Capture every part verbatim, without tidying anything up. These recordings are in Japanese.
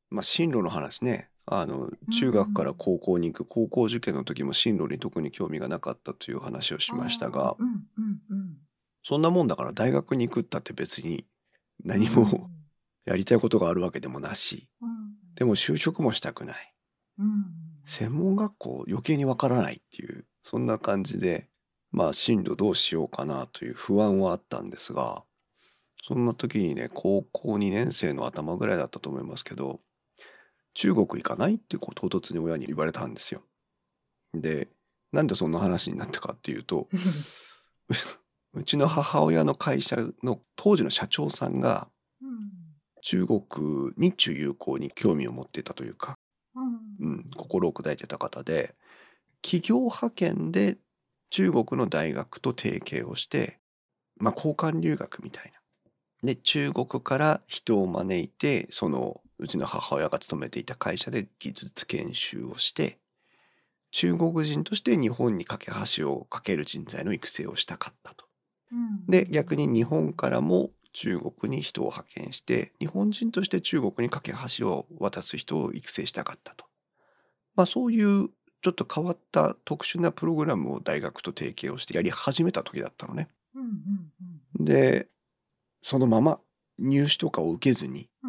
まあ進路の話ね。あの、 う中学からん。 高校に行く、高校受験の時も進路に特に興味がなかったという話をあしましたあ、 が、 うんうんうん。 そんなもんだから大学に行くったって別にう何もん。 やりたいことがあるわけでもなし、 うん。 でも就職もしたくない。 うん。 専門学校余計にわからないっていう、そんな感じで、まあ進路どうしようかなという不安はあったんですが、そんな時にね、高校にねん生の頭ぐらいだったと思いますけど、中国行かないってこう唐突に親に言われたんですよ。で、なんでそんな話になったかっていうと、うちの母親の会社の当時の社長さんがうん。 中国、日中友好に興味を持っていたというか、 うん。 うん、心を砕いてた方で、企業派遣で中国の大学と提携をして、まあ、交換留学みたいな。で、中国から人を招いて、そのうちの母親が勤めていた会社で技術研修をして、中国人として日本に架け橋を架ける人材の育成をしたかったと。 うん。 で、逆に日本からも中国に人を派遣して、日本人として中国に架け橋を渡す人を育成したかったと。まあそういうちょっと変わった特殊なプログラムを大学と提携をしてやり始めた時だったのね。 うんうんで、そのまま入試とかを受けずにうん。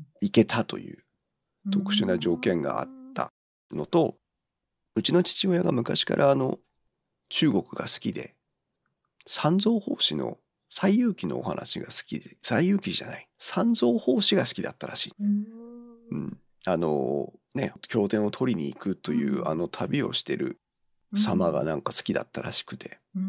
行けたといううん。 特殊な条件があったのと、うちの父親が昔からあの中国が好きで、三蔵法師の西遊記のお話が好きで、西遊記じゃない、三蔵法師が好きだったらしい。 うん。 うん。あのね、経典を取りに行くというあの旅をしてる様がなんか好きだったらしくて、 ううん、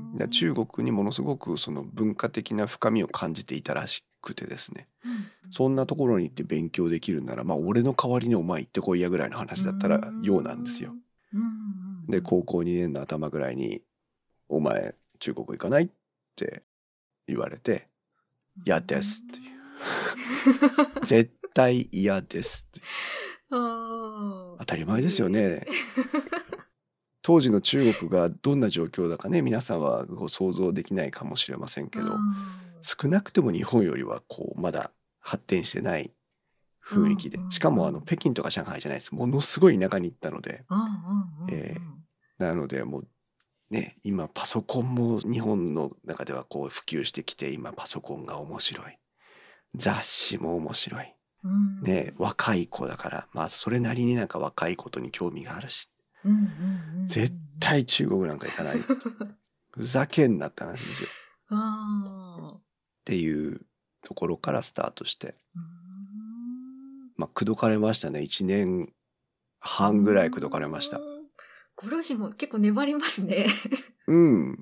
でん。 中国にものすごくその文化的な深みを感じていたらしくてですね、 うん。 そんなところに行って勉強できるなら、まあ俺の代わりにお前行ってこいやぐらいの話だったらようなんですよ。 うん。 で、高校にねんの頭ぐらいに、お前中国行かないって言われて、嫌ですという。絶対嫌ですっていう。 ああ。 当たり前ですよえね。当時の中国がどんな状況だかね、皆さんはご想像できないかもしれませんけど、 あ少なくとも日本よりはこうまだ発展してないあ。うんうん雰囲気で、しかもあのうん北京とか上海じゃないです。ものすごい田舎に行ったので、 うんうんえーうんなのでもうね、今パソコンも日本の中ではこう普及してきて、今パソコンが面白い。雑誌も面白い。 うん。 ね、若い子だから、まあそれなりになんか若いことに興味があるし、 うんうんうん絶対中国なんか行かないっていう。ふざけんなって話ですよ。 ああ。 っていうところからスタートして、 うーん。 まあ口説かれましたね。いちねんはんぐらい口説かれました。 うーん。ご両親も結構粘りますね。 うん。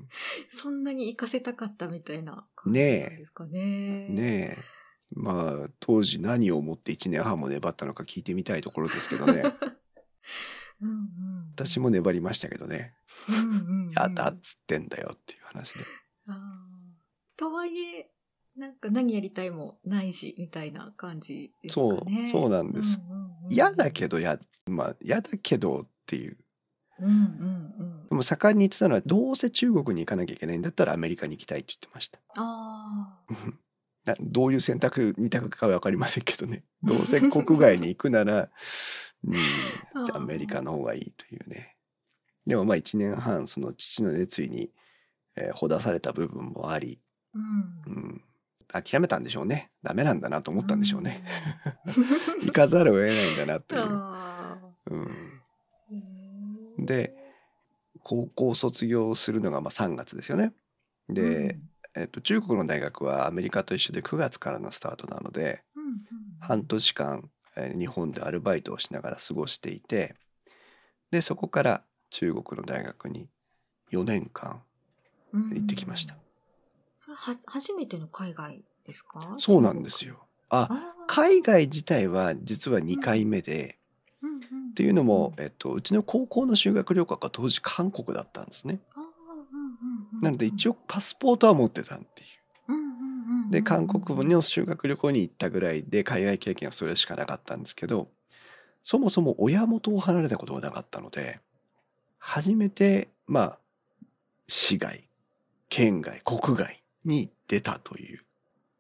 そんなに行かせたかったみたいな感ねじなんでえ。 すかね。 ねえ。まあ当時何を思っていちねんはんも粘ったのか聞いてみたいところですけどね。 うんうん私も粘りましたけどね。 うんうんうん。 やだっつってんだよっていう話で。 ああ。とはいえ、なんか何やりたいもないし、みたいな感じですかそう、 ね。 そうなんです。 うんうんうん嫌だけどや、まあ嫌だけどっていう。 うんうんでも盛んに言ってたのは、どうせ中国に行かなきゃいけないんだったらアメリカに行きたいって言ってました。 ああ。 などういう選択、二択かは分かりませんけどね。どうせ国外に行くなら、うん、じゃあアメリカの方がいいというね。でもまあ一年半、その父の熱意に、えーほだされた部分もあり、 うんうん、諦めたんでしょうね。ダメなんだなと思ったんでしょうね。 うん行かざるを得ないんだなという。 ああ。 うん、 へーで、高校卒業するのがまあさんがつですよね。で、えっと、中国の大学はアメリカと一緒でくがつからのスタートなので、 うんうん半年間、えー日本でアルバイトをしながら過ごしていて、で、そこから中国の大学によねんかうんん行ってきました。 それは初めての海外ですか？ そうなんですよ。あ、 中国。あ海外自体は実はにかいめで、 ーうんうんっていうのも、えっと、うちの高校の修学旅行が当時韓国だったんですね。 あーうんうんうんなので一応パスポートは持ってたっていう。 うんうんうんうんで、韓国の修学旅行に行ったぐらいで海外経験はそれしかなかったんですけど、そもそも親元を離れたことがなかったので、初めて、まあ、市外、県外、国外に出たという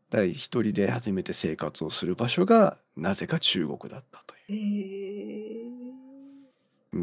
だから一人で初めて生活をする場所がなぜか中国だったといえう。うん、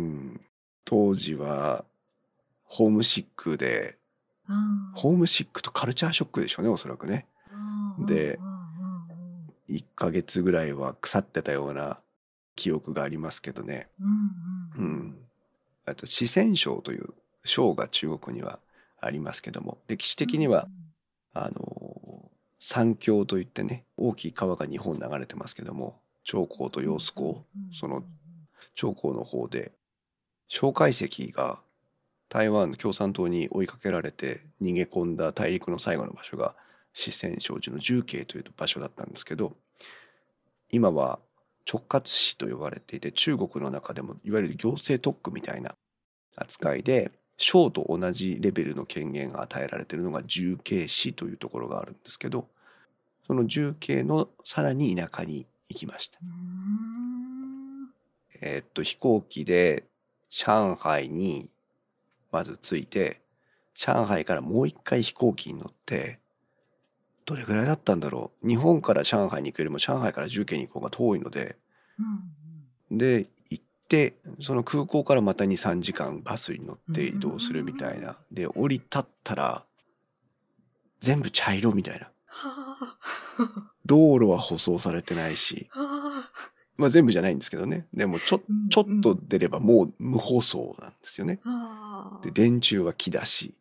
当時はホームシックで、 ー、あホームシックとカルチャーショックでしょうね、おそらくね。 ーで、 うんうんうんうんいっかげつぐらいは腐ってたような記憶がありますけどね。 うんうんううんん。あと四川省という省が中国にはありますけども、歴史的にはあの三峡といってね、大きい川がにほん流れてますけども、長江と揚子江、その長江の方で蒋介石が台湾の共産党に追いかけられて逃げ込んだ大陸の最後の場所が四川省寺の重慶という場所だったんですけど、今は直轄市と呼ばれていて、中国の中でもいわゆる行政特区みたいな扱いで省と同じレベルの権限が与えられているのが重慶市というところがあるんですけど、その重慶のさらに田舎に行きました。 うーんえーっと飛行機で上海にまず着いて、上海からもう一回飛行機に乗って、どれぐらいだったんだろう。日本から上海に行くよりも上海から重慶に行く方が遠いので、 うんで行ってその空港からまたにさんじかんバスに乗って移動するみたいな。で降り立ったら全部茶色みたいな。 はあ道路は舗装されてないし、 はあまあ全部じゃないんですけどね。でもちょうんちょっと出ればもう無舗装なんですよね。 はあで電柱は木だし。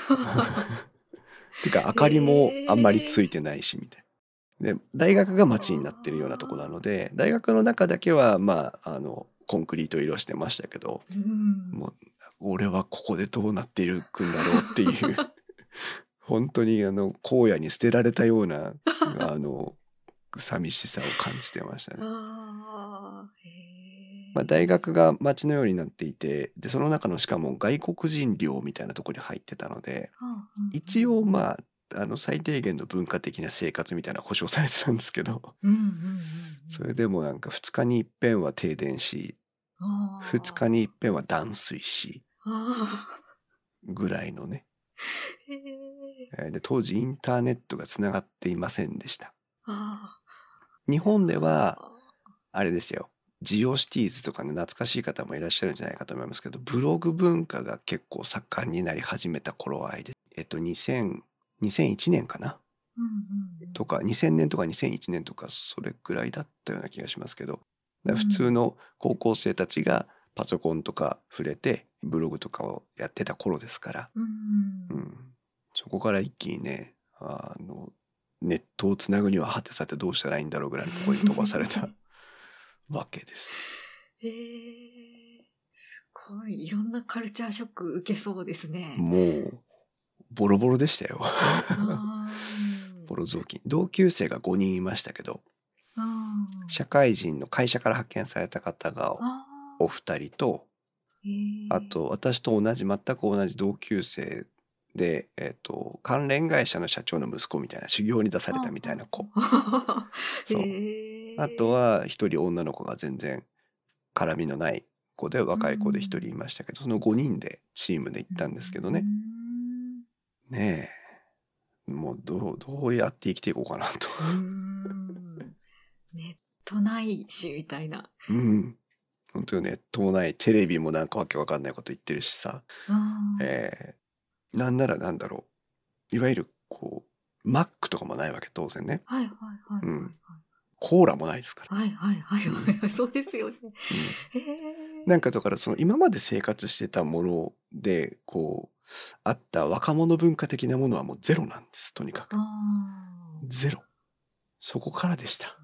てか明かりもあんまりついてないしみたいな。で大学が街になってるようなとこなので、大学の中だけはまああのコンクリート色してましたけど、 うんもう俺はここでどうなっているくんだろうっていう本当にあの荒野に捨てられたようなあの寂しさを感じてましたね。 あーへーまあ、大学が街のようになっていて、でその中のしかも外国人寮みたいなところに入ってたので、 はあうんうん一応まああの最低限の文化的な生活みたいなのは保障されてたんですけど、 うんうんうんうんそれでもなんかふつかに一遍は停電し、 あーふつかに一遍は断水しあぐらいのね。 ーへーえーで当時インターネットがつながっていませんでした。 あ日本でーはああれですよ、ジオシティーズとかね、懐かしい方もいらっしゃるんじゃないかと思いますけど、ブログ文化が結構盛んになり始めた頃合いで、えっとにせん、にせんいちねんかなうんうんうんとか、にせんねんとかにせんいちねんとかそれくらいだったような気がしますけど、だから普通の高校生たちがパソコンとか触れてブログとかをやってた頃ですから、 うんうんうん、そこから一気にね、あのネットをつなぐにははてさてどうしたらいいんだろうぐらいのところに飛ばされたわけです。 へえすごいいろんなカルチャーショック受けそうですね。 もうボロボロでしたよ。 あーボロ雑巾。同級生がごにんいましたけど、 あー社会人の会社から派遣された方があお二人と、 ーへーあと私と同じ全く同じ同級生で、えっと関連会社の社長の息子みたいな、修行に出されたみたいな子。そうへーあとは一人女の子が全然絡みのない子で、若い子で一人いましたけど、そのごにんでチームで行ったんですけどね。 うんねえ、もうどうどうやって生きていこうかなと。 うーんネットないしみたいな。 うん。本当よね。党内テレビもなんかわけわかんないこと言ってるしさ。 あーえー、なんならなんだろう。いわゆるこう、マックとかもないわけ、当然ね。 はいはいはいはいうんコーラもないですから。 はいはいはいはいはいそうですよね。 うんへえ。 なんかだからその今まで生活してたもので、こう、あった若者文化的なものはもうゼロなんです、とにかく。 あーゼロ。そこからでした。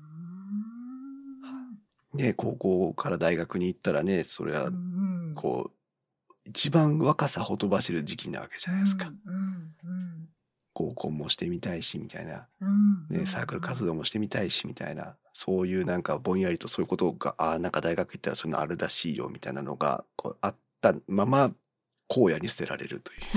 うで、高校から大学に行ったらね、それはーんうんこう、一番若さほとばしる時期なわけじゃないですか。 うんうん合コンもしてみたいし、みたいな。 うんね、サークル活動もしてみたいし、みたいな。そういうなんかぼんやりとそういうことが、ああ、なんか大学行ったらそういうのあるらしいよ、みたいなのが、こうあったまま、荒野に捨てられるという。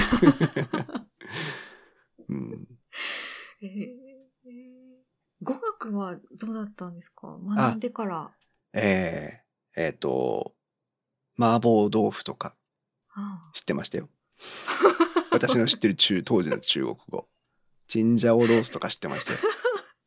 うん、 へえ語学はどうだったんですか学んでから。 えー、えっ、と、麻婆豆腐とかあ知ってましたよ。私の知ってる中、当時の中国語。チンジャオロースとか知ってましたよ。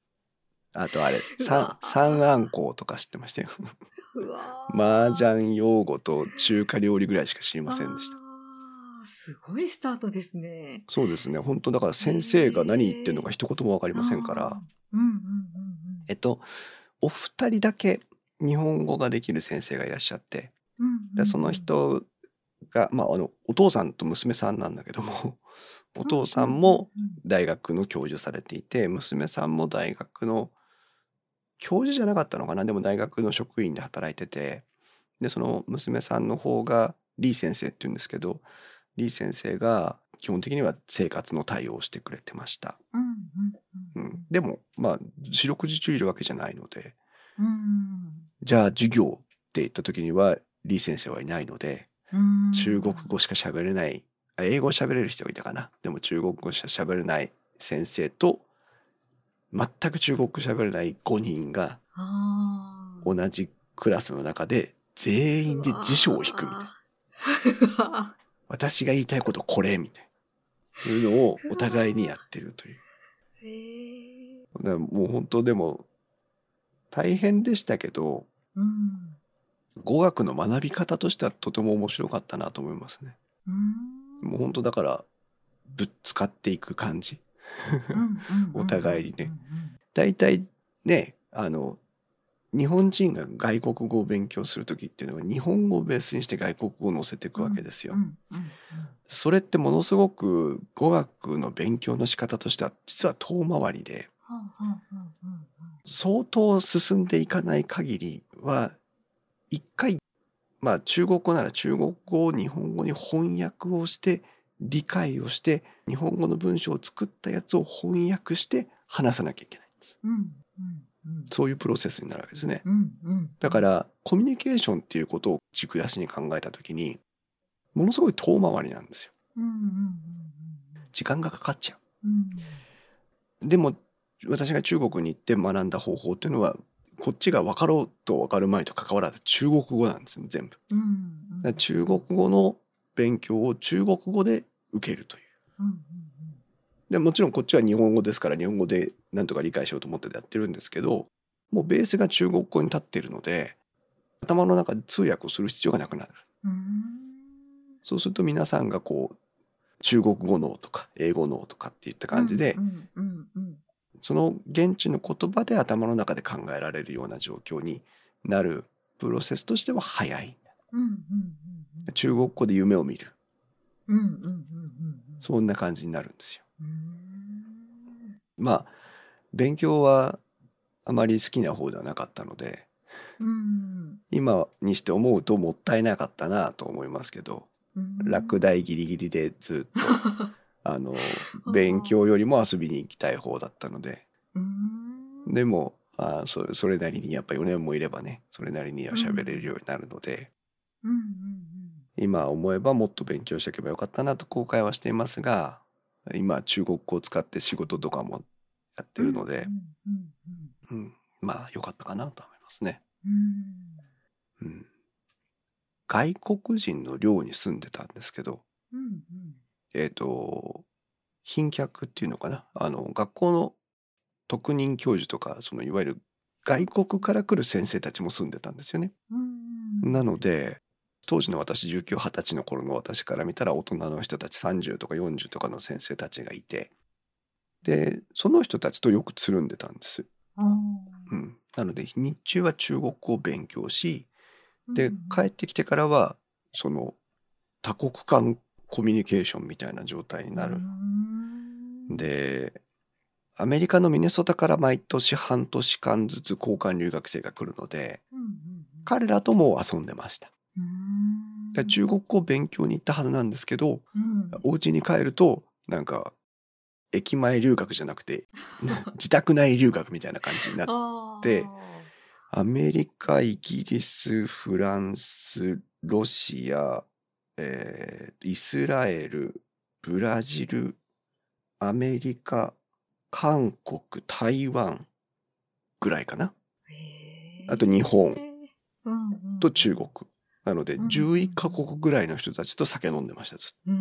あとあれ、 う三、 わ三暗号とか知ってましたよ。 ーうわ麻ー雀用語と中華料理ぐらいしか知りませんでした。 あーすごいスタートですね。 そうですね。本当だからへ先生が何言ってんのえ。 か一言もわかりあませんから、 あ。うんうんうんうん。 えっと、お二人だけ日本語ができる先生がいらっしゃって、 うんうんでその人が、まあ、あの、お父さんと娘さんなんだけども、お父さんも大学の教授されていて、娘さんも大学の教授じゃなかったのかな、でも大学の職員で働いてて、で、その娘さんの方がリー先生って言うんですけど、リー先生が基本的には生活の対応をしてくれてました。 うんうんううんん、でも、まあ、四六時中いるわけじゃないので、 うんじゃあ授業って言った時には、リー先生はいないので、 うん中国語しか喋れない、あ英語喋れる人がいたかな。でも中国語しか喋れない先生と、全く中国語喋れないごにんがああ。 同じクラスの中で全員で辞書を引くみたいな。 うわ私が言いたいことこれみたいな。そういうのをお互いにやってるという。 ーへえ。 だからもう本当でも大変でしたけど、 うん語学の学び方としてはとても面白かったなと思いますね。 うんもう本当だからぶつかっていく感じ。 うんうんお互いにね。 うんうん大体ね、あの、日本人が外国語を勉強するときっていうのは日本語をベースにして外国語を載せていくわけですよ。 うんうんうんそれってものすごく語学の勉強の仕方としては実は遠回りで、 はあはあはあはあ相当進んでいかない限りは一回、まあ中国語なら中国語を日本語に翻訳をして理解をして日本語の文章を作ったやつを翻訳して話さなきゃいけないんです。 うんうんうんそういうプロセスになるわけですね。 うんうんだからコミュニケーションっていうことを軸足に考えたときにものすごい遠回りなんですよ。 うんうんうん時間がかかっちゃうんう。でも私が中国に行って学んだ方法っていうのはこっちが分かろうと分かる前と関わらず中国語なんですよ全部。 うんだから中国語の勉強を中国語で受けるという。 うんうんでもちろんこっちは日本語ですから日本語でなんとか理解しようと思ってやってるんですけど、もうベースが中国語に立っているので頭の中で通訳をする必要がなくなる。 うんそうすると皆さんがこう中国語脳とか英語脳とかっていった感じで、 うんうんうんその現地の言葉で頭の中で考えられるような状況になるプロセスとしては早い。 うんうん中国語で夢を見る。 うんうんうんうんうんそんな感じになるんですよ。 うんまあ勉強はあまり好きな方ではなかったので、 うん今にして思うともったいなかったなと思いますけど、 うん落第ギリギリでずっとあの勉強よりも遊びに行きたい方だったので、 うんでもあそれそれなりにやっぱよねんもいればね、それなりには喋れるようになるので、 うんうん今思えばもっと勉強しておけばよかったなと後悔はしていますが、今中国語を使って仕事とかもやってるので、 うんうんうん、まあ良かったかなと思いますね。 うんうん、外国人の寮に住んでたんですけど、 うんえっと賓客っていうのかな、あの学校の特任教授とか、そのいわゆる外国から来る先生たちも住んでたんですよね。 うんなので当時の私じゅうきゅう、はたちの頃の私から見たら大人の人たちさんじゅうとかよんじゅうとかの先生たちがいて、でその人たちとよくつるんでたんです。 あーうん、なので日中は中国語を勉強し、でうん帰ってきてからはその多国間コミュニケーションみたいな状態になる。 うんでアメリカのミネソタから毎年半年間ずつ交換留学生が来るので、 うんうん彼らとも遊んでました。 うんで中国語を勉強に行ったはずなんですけど、 うんお家に帰るとなんか駅前留学じゃなくて自宅内留学みたいな感じになって、 あでーアメリカ、イギリス、フランス、ロシア、えーイスラエル、ブラジル、アメリカ、韓国、台湾ぐらいかな。 へーあと日本うんうんと中国。なのでうんじゅういっカ国ぐらいの人たちと酒飲んでました。ずっうー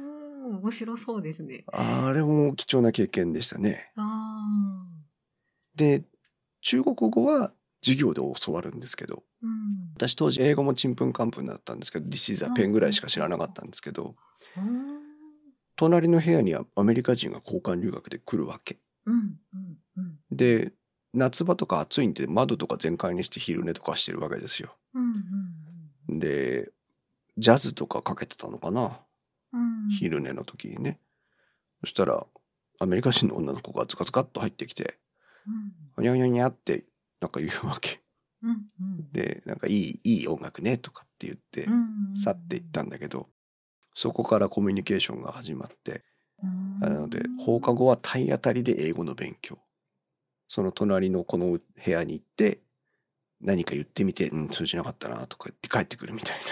ん面白そうですね。 とあれも貴重な経験でしたね。 ああで、中国語は授業で教わるんですけど、 うん。 私当時英語もちんぷんかんぷんだったんですけど、This is a うん pen ぐらうんいしか知らなかったんですけど、 うん隣の部屋にはアメリカ人が交換留学で来るわけ。 うんうんうんで、夏場とか暑いんで窓とか全開にして昼寝とかしてるわけですよ。 うんうんで、ジャズとかかけてたのかな、 うん昼寝の時にね。そしたらアメリカ人の女の子がズカズカっと入ってきて、 うんほにゃほにゃほにゃってなんか言うわけ。 うんうんで、なんかいい、いい音楽ねとかって言ってうん去っていったんだけど、そこからコミュニケーションが始まって、 うんなので放課後は体当たりで英語の勉強。その隣のこの部屋に行って何か言ってみて、うん、通じなかったなとか言って帰ってくるみたい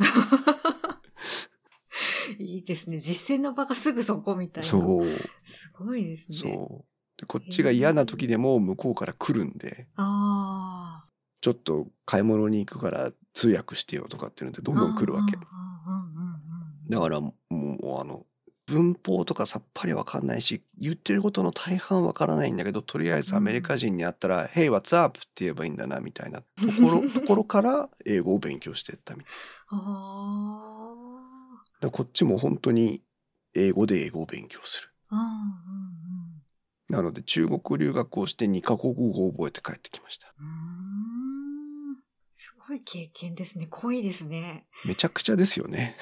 いいですね。実践の場がすぐそこみたな。 いな。 そう、 すごいですね。 そう。でこっちが嫌な時でも向こうから来るんで、 ああ。 ちょっと買い物に行くから通訳してよとかっていうのでどんどん来るわけ。 うんうんうんうんうんだからもうあの文法とかさっぱりわかんないし、言ってることの大半わからないんだけど、とりあえずアメリカ人に会ったら「Hey, what's up?」って言えばいいんだなみたいなところところから英語を勉強していったみたいあな。だからこっちも本当に英語で英語を勉強する。 あ。うんうんなので中国留学をしてにカ国語を覚えて帰ってきました。 うん。うーん。すごい経験ですね。濃いですね。 めちゃくちゃですよね。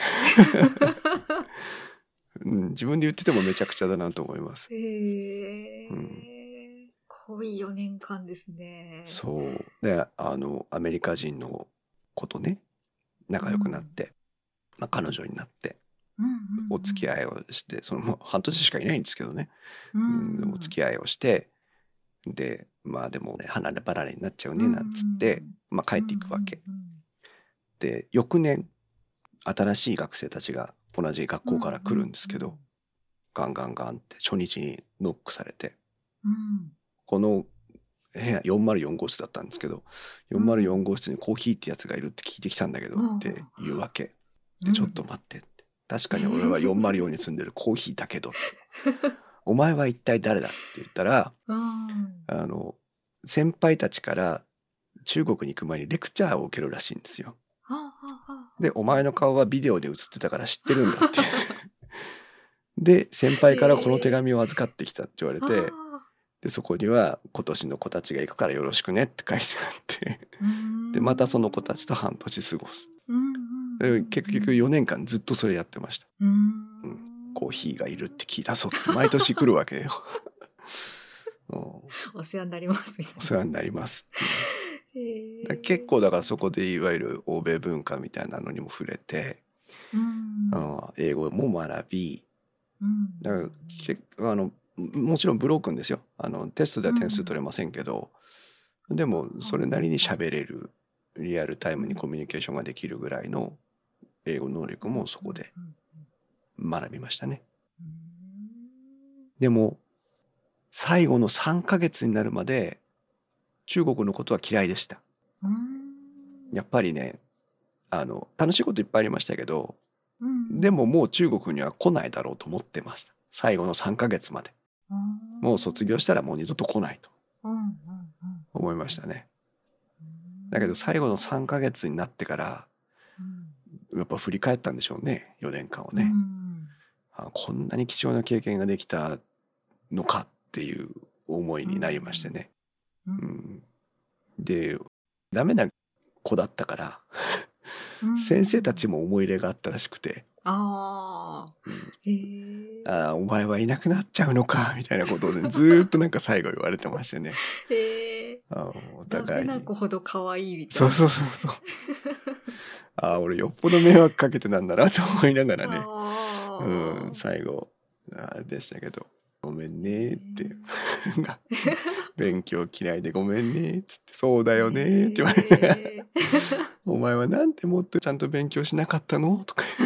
うん、自分で言っててもめちゃくちゃだなと思います。 へえ、 うん濃いよねんかんですね。 そうで、あのアメリカ人の子とね仲良くなって、まあ、彼女になってうんうんうんお付き合いをして、そのもう半年しかいないんですけどね、 ううん、でもおん付き合いをしてでまあでもね離れ離れになっちゃうねなんつって、まあ、帰っていくわけ。 うんで翌年新しい学生たちが同じ学校から来るんですけど、ガンガンガンって初日にノックされて、 うんこの部屋よんまるよん号室だったんですけど、よんまるよん号室にコーヒーってやつがいるって聞いてきたんだけどうんって言うわけ。で、 うんちょっと待ってって。確かに俺はよんまるよんに住んでるコーヒーだけど、お前は一体誰だって言ったら、 うんあの、先輩たちから中国に行く前にレクチャーを受けるらしいんですよ。 はあはあはあで、お前の顔はビデオで映ってたから知ってるんだって。で、先輩からこの手紙を預かってきたって言われて、 あで、そこには今年の子たちが行くからよろしくねって書いてあって、 ーうんで、またその子たちと半年過ごす。 うんで結局よねんかんずっとそれやってました。 うんうんコーヒーがいるって聞いたぞって毎年来るわけよ。うんお世話になりますみたいお世話になりますっていう。 な。 だから結構だからそこでいわゆる欧米文化みたいなのにも触れて、 うんうん英語も学び、 うんだからけあのもちろんブロークンですよ。あのテストでは点数取れませんけど、でもそれなりに喋れる、リアルタイムにコミュニケーションができるぐらいの英語能力もそこで学びましたね。 うんでも最後のさんかげつになるまで中国のことは嫌いでした。 うんやっぱりね、あの楽しいこといっぱいありましたけど、 うんでももう中国には来ないだろうと思ってました。最後のさんかげつまで。もう卒業したらもう二度と来ないとうんうんうん思いましたね。 うんだけど最後のさんかげつになってからうんやっぱ振り返ったんでしょうね、よねんかんをうね。 んあこんなに貴重な経験ができたのかっていう思いになりましてね。 ううんん、でダメな子だったからうん先生たちも思い入れがあったらしくて、 ああうんへえああお前はいなくなっちゃうのかみたいなことをねずーっとなんか最後言われてましてね。 へえあおダ互いにメな子ほど可愛いみたいな。 そうそうそうそうああ俺よっぽど迷惑かけてたんだなと思いながらね、 あうーん、最後あれでしたけどごめんねって勉強嫌いでごめんねっつってそうだよねって言われてへお前はなんてもっとちゃんと勉強しなかったのとか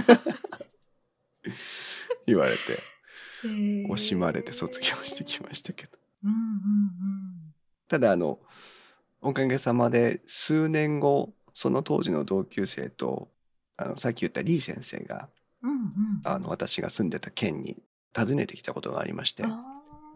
言われてー惜しまれて卒業してきましたけど、 うんうんただあのおかげさまで数年後その当時の同級生とあのさっき言ったリー先生がうんうんうんあの私が住んでた県に訪ねてきたことがありまして、 あ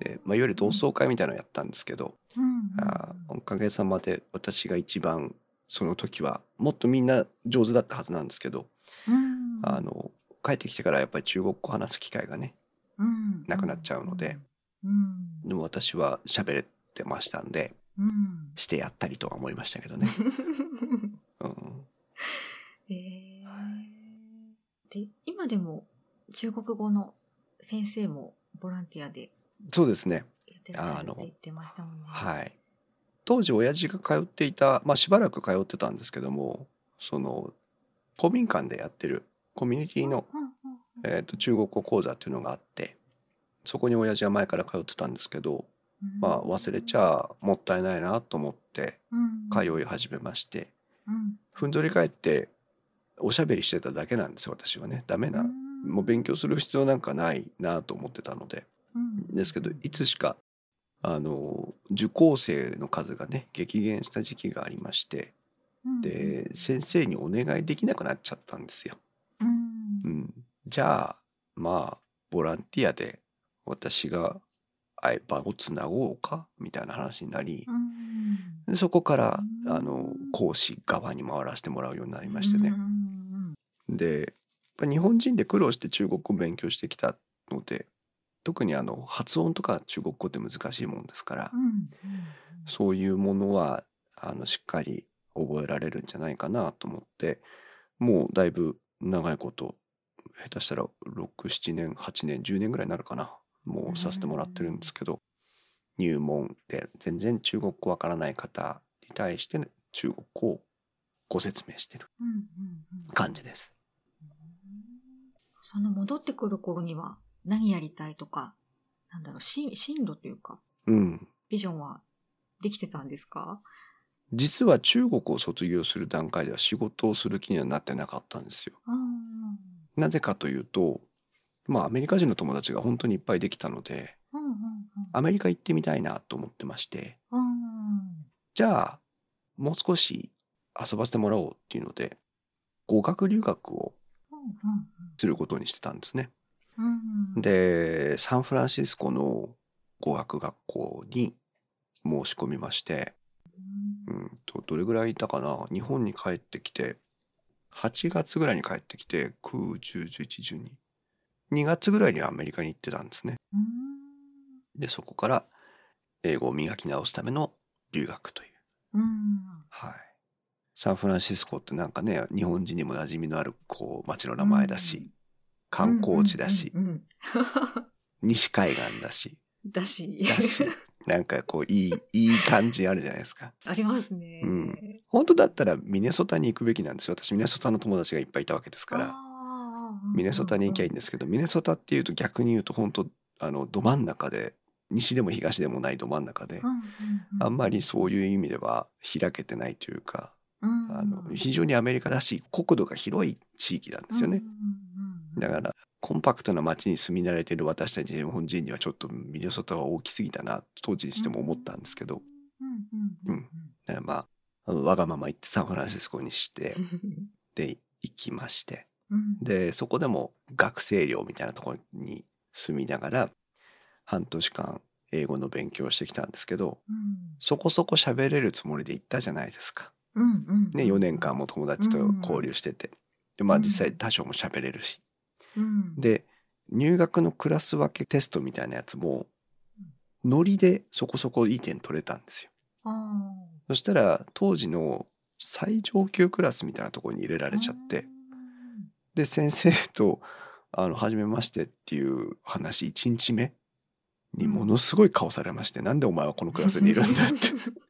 で、まあ、いわゆる同窓会みたいなのをやったんですけど、 うんあーおかげさまで私が一番その時はもっとみんな上手だったはずなんですけど、 うんあの帰ってきてからやっぱり中国語を話す機会がねうんなくなっちゃうので、 うんでも私は喋れてましたんでうんしてやったりとは思いましたけどね。うんえーで今でも中国語の先生もボランティアでそうですね。 やってらっしゃるあのって言ってましたもんね。 はい。当時親父が通っていた、まあしばらく通ってたんですけども、その公民館でやってるコミュニティの、 うんうんうんえーと中国語講座っていうのがあって、そこに親父は前から通ってたんですけど、まあ忘れちゃもったいないなと思って通い始めまして、 うんふんぞり返っておしゃべりしてただけなんですよ、私はね。ダメな、もう勉強する必要なんかないなと思ってたので。 うんですけど、いつしかあの受講生の数がね激減した時期がありまして、で先生にお願いできなくなっちゃったんですよ。 うんうん、じゃあまあボランティアで私があい場をつなごうかみたいな話になり、 うんでそこからうんあの講師側に回らせてもらうようになりましてね。 うんでやっぱ日本人で苦労して中国語を勉強してきたので、特にあの発音とか中国語って難しいもんですから、 うんそういうものはあのしっかり覚えられるんじゃないかなと思って、もうだいぶ長いこと下手したらろく、ななねん、はちねん、じゅうねんぐらいになるかな、もうさせてもらってるんですけど、入門で全然中国語わからない方に対して、ね、中国語をご説明してるうんうん感じです。 その戻ってくる頃には何やりたいとか、なんだろう、し進路というか、 うん。 ビジョンはできてたんですか？ 実は中国を卒業する段階では仕事をする気にはなってなかったんですよ。 うんなぜかというと、まあアメリカ人の友達が本当にいっぱいできたので、 うんうんアメリカ行ってみたいなと思ってまして、 うんじゃあもう少し遊ばせてもらおうっていうので、語学留学をすることにしてたんですね。 うんうんで、サンフランシスコの語学学校に申し込みまして、うんと、どれぐらいいたかな、日本に帰ってきて、はちがつぐらいに帰ってきて、きゅう、じゅう、じゅういち、じゅうに、にがつぐらいにアメリカに行ってたんですね。 うんで、そこから英語を磨き直すための留学という。 うんはい。サンフランシスコってなんかね、日本人にも馴染みのあるこう街の名前だし、観光地だし、 うんうんうん西海岸だし、 だしだし、なんかこういい、いい感じあるじゃないですか。 ありますね。 うん本当だったらミネソタに行くべきなんですよ。私ミネソタの友達がいっぱいいたわけですから、 あーミネソタに行きゃいいんですけど、ミネソタっていうと逆に言うと本当あのど真ん中で、西でも東でもないど真ん中で、 うんうんうんあんまりそういう意味では開けてないというか、 うんあの非常にアメリカらしい国土が広い地域なんですよね。 うんうんうんだからコンパクトな街に住み慣れている私たち日本人にはちょっとミネソタは大きすぎたな当時にしても思ったんですけど、 うんうんうんだからまああのわがまま言ってサンフランシスコにしてで行きまして、 うんでそこでも学生寮みたいなところに住みながら半年間英語の勉強をしてきたんですけど、 うんそこそこ喋れるつもりで行ったじゃないですか。 うんうんね、よねんかんも友達と交流してて、でまあ実際多少も喋れるし、 うんで入学のクラス分けテストみたいなやつもノリでそこそこいい点取れたんですよ。 あそしたら当時の最上級クラスみたいなところに入れらーれちゃって、で先生とあの初めましてっていう話いちにちめにものすごい顔されまして、なんでお前はこのクラスにいるんだって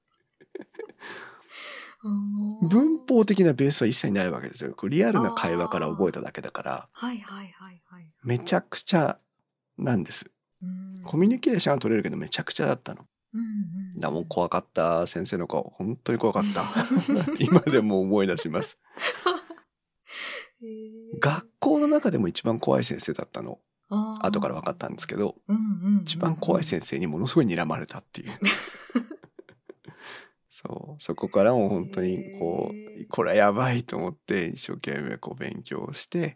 うん文法的なベースは一切ないわけですよ。これリアルな会話から覚えただけだからはいはいはいはいめちゃくちゃなんです。 うんコミュニケーションは取れるけどめちゃくちゃだったの。 うんうんだもう怖かった、先生の顔本当に怖かった今でも思い出します。 へー学校の中でも一番怖い先生だったのあー後から分かったんですけど、 うんうんうん一番怖い先生にものすごい睨まれたっていうそうそこからも本当にこへーうこれはやばいと思って一生懸命こう勉強して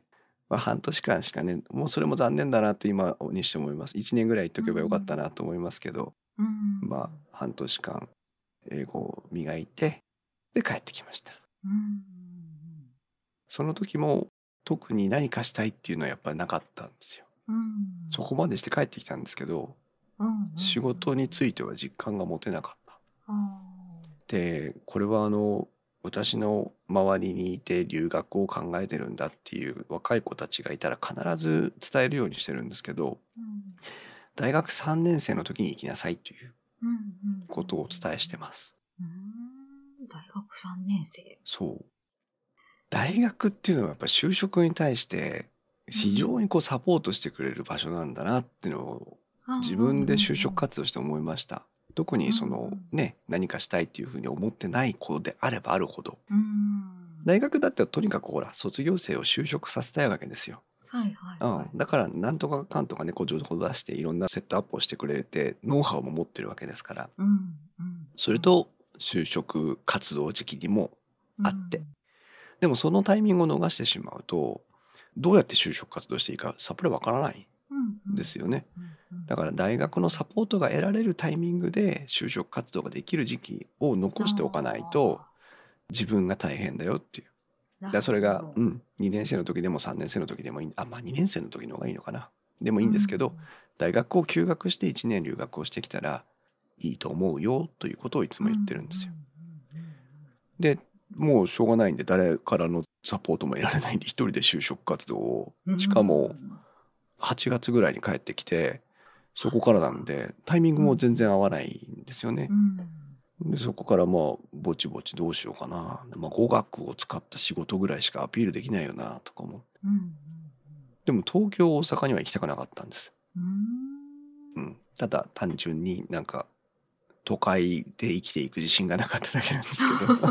まあ、半年間しかね、もうそれも残念だなって今にして思います。いちねんぐらい行っとけばよかったなと思いますけど、 うんまあ半年間英語を磨いて、で帰ってきました。 うんその時も特に何かしたいっていうのはやっぱりなかったんですよ。 うんそこまでして帰ってきたんですけど、 うん仕事については実感が持てなかった。 あで、これはあの私の周りにいて留学を考えてるんだっていう若い子たちがいたら必ず伝えるようにしてるんですけど、 ーうん大学さんねん生の時に行きなさいといううんうんことをお伝えしてます。 うーん大学さんねん生。 そう。大学っていうのはやっぱ就職に対して非常にこうサポートしてくれる場所なんだなっていうのを自分で就職活動して思いました。特にそのね、何かしたいっていうふうに思ってない子であればあるほど、 うん大学だってとにかくほら卒業生を就職させたいわけですよ。 はいはいうんはい。 だからなんとかかんとかねこう情報を出していろんなセットアップをしてくれてノウハウも持ってるわけですから、 うんうんそれと就職活動時期にもあって、でもそのタイミングを逃してしまうとどうやって就職活動していいかさっぱりわからないんですよね。だから大学のサポートが得られるタイミングで就職活動ができる時期を残しておかないと自分が大変だよっていう。だからそれが、うん、にねん生の時でもさんねん生の時でもいい、あ、まあにねん生の時の方がいいのかな。でもいいんですけど、大学を休学していちねん留学をしてきたらいいと思うよということをいつも言ってるんですよ。で、もうしょうがないんで誰からのサポートも得られないんで一人で就職活動を、しかもはちがつぐらいに帰ってきて、そこからなんでタイミングも全然合わないんですよね。でそこからまあぼちぼちどうしようかな、まあ、語学を使った仕事ぐらいしかアピールできないよなとかも、でも東京大阪には行きたくなかったんです、うん、ただ単純になんか都会で生きていく自信がなかっただけなんですけど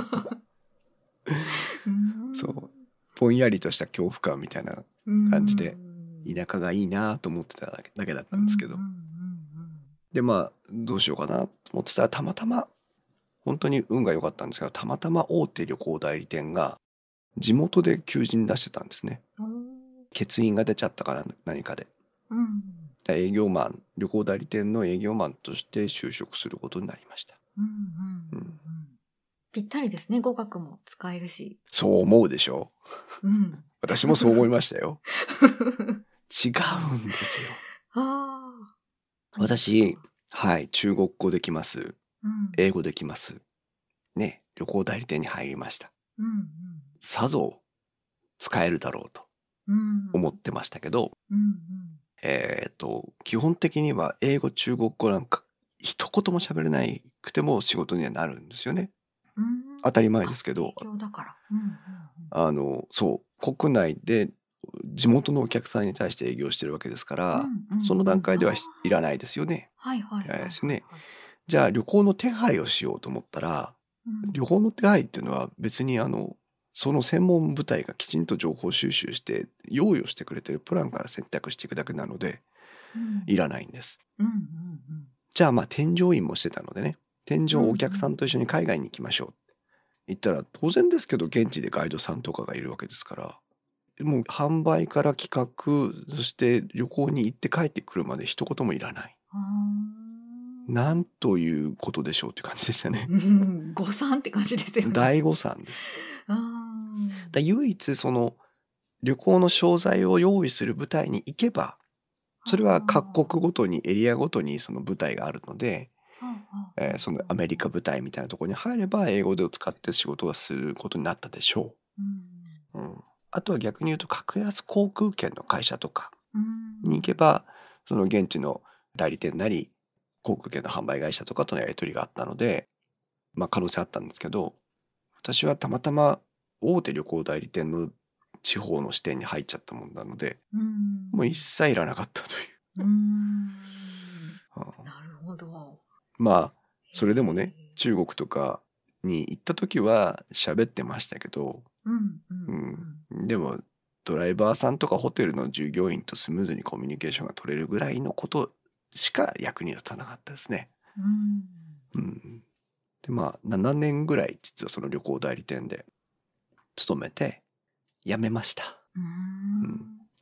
そうぼんやりとした恐怖感みたいな感じで田舎がいいなと思ってただけだけだったんですけど、でまあどうしようかなと思ってたらたまたま本当に運が良かったんですけど、たまたま大手旅行代理店が地元で求人出してたんですね。欠員が出ちゃったから何かで。 うん、 営業マン、旅行代理店の営業マンとして就職することになりました。 うんうんうん、ぴったりですね。語学も使えるし。 そう思うでしょ、 うん、 私もそう思いましたよ。違うんですよ。 あ私、はい、中国語できます。 うん、 英語できます。ね、旅行代理店に入りました。 うんうん、 さぞ使えるだろうと思ってましたけど、 うんうん、 えっと基本的には英語中国語なんか一言も喋れなくても仕事にはなるんですよね。 うん、 当たり前ですけど、 だからうんうんうん、 あのそう国内で地元のお客さんに対して営業してるわけですから、 うんうん、 その段階ではいらないですよね。 はいはいはい、はい、 ですよね。じゃあ旅行の手配をしようと思ったら、 うん、 旅行の手配っていうのは別にあのその専門部隊がきちんと情報収集して用意をしてくれてるプランから選択していくだけなので、うん、いらないんです、 うんうんうん、 じゃあまあ添乗員もしてたのでね、添乗お客さんと一緒に海外に行きましょうって言ったら当然ですけど現地でガイドさんとかがいるわけですから、もう販売から企画、そして旅行に行って帰ってくるまで一言もいらない。なんということでしょうっていう感じでしたね。 誤算って感じですよね。 大誤算です。だ唯一その旅行の商材を用意する部隊に行けば、それは各国ごとにエリアごとにその部隊があるので、えー、そのアメリカ部隊みたいなところに入れば英語で使って仕事をすることになったでしょう。うんうん、あとは逆に言うと格安航空券の会社とかに行けば、その現地の代理店なり航空券の販売会社とかとのやり取りがあったので、まあ可能性あったんですけど、私はたまたま大手旅行代理店の地方の支店に入っちゃったもんなので、もう一切いらなかったという。うーんなるほど。 まあそれでもね、中国とかに行った時は喋ってましたけど、うんうんうん、でもドライバーさんとかホテルの従業員とスムーズにコミュニケーションが取れるぐらいのことしか役に立たなかったですね。うんうん、でまあななねんぐらい実はその旅行代理店で勤めて辞めました。うん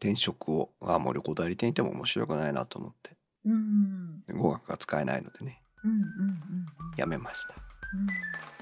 転職を、あ、もう旅行代理店行っても面白くないなと思って、 うん。 で語学が使えないのでね、 うんうんうんうん。 やめました。 うん